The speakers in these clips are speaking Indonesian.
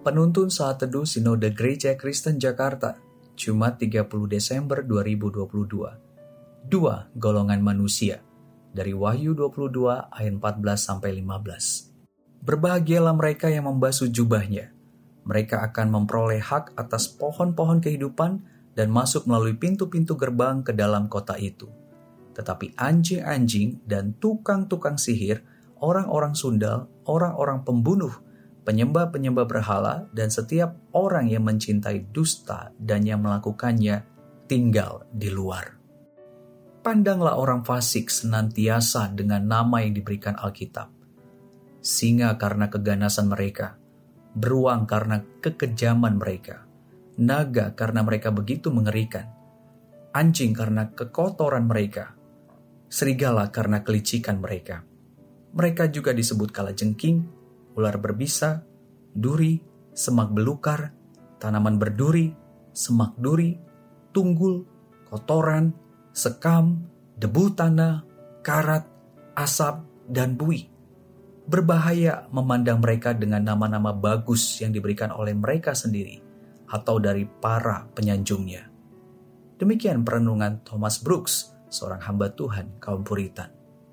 Penuntun Saat Teduh Sinode Gereja Kristen Jakarta, Jumat 30 Desember 2022. Dua golongan manusia, dari Wahyu 22 ayat 14-15. Berbahagialah mereka yang membasuh jubahnya. Mereka akan memperoleh hak atas pohon-pohon kehidupan dan masuk melalui pintu-pintu gerbang ke dalam kota itu. Tetapi anjing-anjing dan tukang-tukang sihir, orang-orang sundal, orang-orang pembunuh, penyembah-penyembah berhala, dan setiap orang yang mencintai dusta dan yang melakukannya tinggal di luar. Pandanglah orang fasik senantiasa dengan nama yang diberikan Alkitab. Singa karena keganasan mereka, beruang karena kekejaman mereka, naga karena mereka begitu mengerikan, anjing karena kekotoran mereka, serigala karena kelicikan mereka. Mereka juga disebut kalajengking, ular berbisa, duri, semak belukar, tanaman berduri, semak duri, tunggul, kotoran, sekam, debu tanah, karat, asap, dan buih. Berbahaya memandang mereka dengan nama-nama bagus yang diberikan oleh mereka sendiri atau dari para penyanjungnya. Demikian perenungan Thomas Brooks, seorang hamba Tuhan kaum Puritan.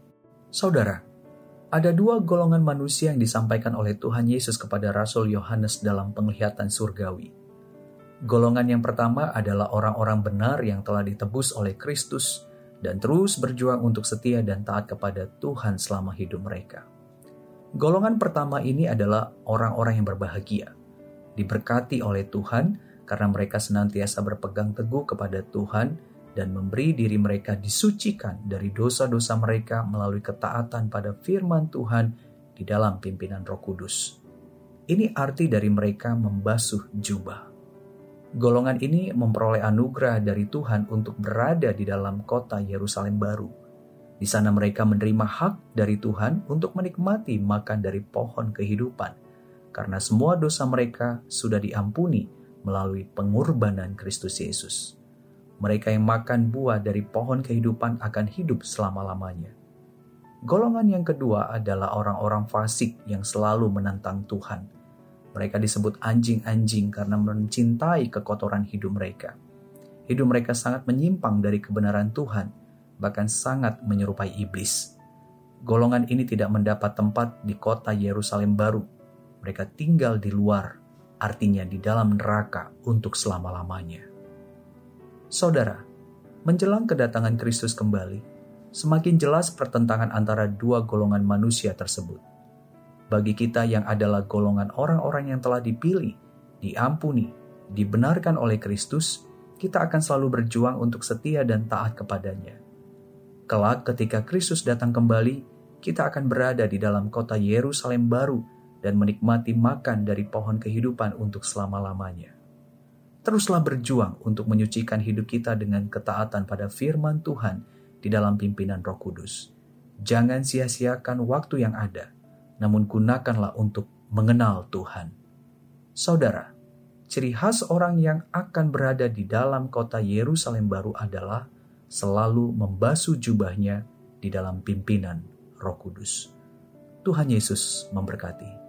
Saudara, ada dua golongan manusia yang disampaikan oleh Tuhan Yesus kepada Rasul Yohanes dalam penglihatan surgawi. Golongan yang pertama adalah orang-orang benar yang telah ditebus oleh Kristus dan terus berjuang untuk setia dan taat kepada Tuhan selama hidup mereka. Golongan pertama ini adalah orang-orang yang berbahagia, diberkati oleh Tuhan karena mereka senantiasa berpegang teguh kepada Tuhan dan memberi diri mereka disucikan dari dosa-dosa mereka melalui ketaatan pada firman Tuhan di dalam pimpinan Roh Kudus. Ini arti dari mereka membasuh jubah. Golongan ini memperoleh anugerah dari Tuhan untuk berada di dalam kota Yerusalem baru. Di sana mereka menerima hak dari Tuhan untuk menikmati makan dari pohon kehidupan, karena semua dosa mereka sudah diampuni melalui pengorbanan Kristus Yesus. Mereka yang makan buah dari pohon kehidupan akan hidup selama-lamanya. Golongan yang kedua adalah orang-orang fasik yang selalu menentang Tuhan. Mereka disebut anjing-anjing karena mencintai kekotoran hidup mereka. Hidup mereka sangat menyimpang dari kebenaran Tuhan, bahkan sangat menyerupai iblis. Golongan ini tidak mendapat tempat di kota Yerusalem baru. Mereka tinggal di luar, artinya di dalam neraka untuk selama-lamanya. Saudara, menjelang kedatangan Kristus kembali, semakin jelas pertentangan antara dua golongan manusia tersebut. Bagi kita yang adalah golongan orang-orang yang telah dipilih, diampuni, dibenarkan oleh Kristus, kita akan selalu berjuang untuk setia dan taat kepadanya. Kelak ketika Kristus datang kembali, kita akan berada di dalam kota Yerusalem baru dan menikmati makan dari pohon kehidupan untuk selama-lamanya. Teruslah berjuang untuk menyucikan hidup kita dengan ketaatan pada firman Tuhan di dalam pimpinan Roh Kudus. Jangan sia-siakan waktu yang ada, namun gunakanlah untuk mengenal Tuhan. Saudara, ciri khas orang yang akan berada di dalam kota Yerusalem baru adalah selalu membasuh jubahnya di dalam pimpinan Roh Kudus. Tuhan Yesus memberkati.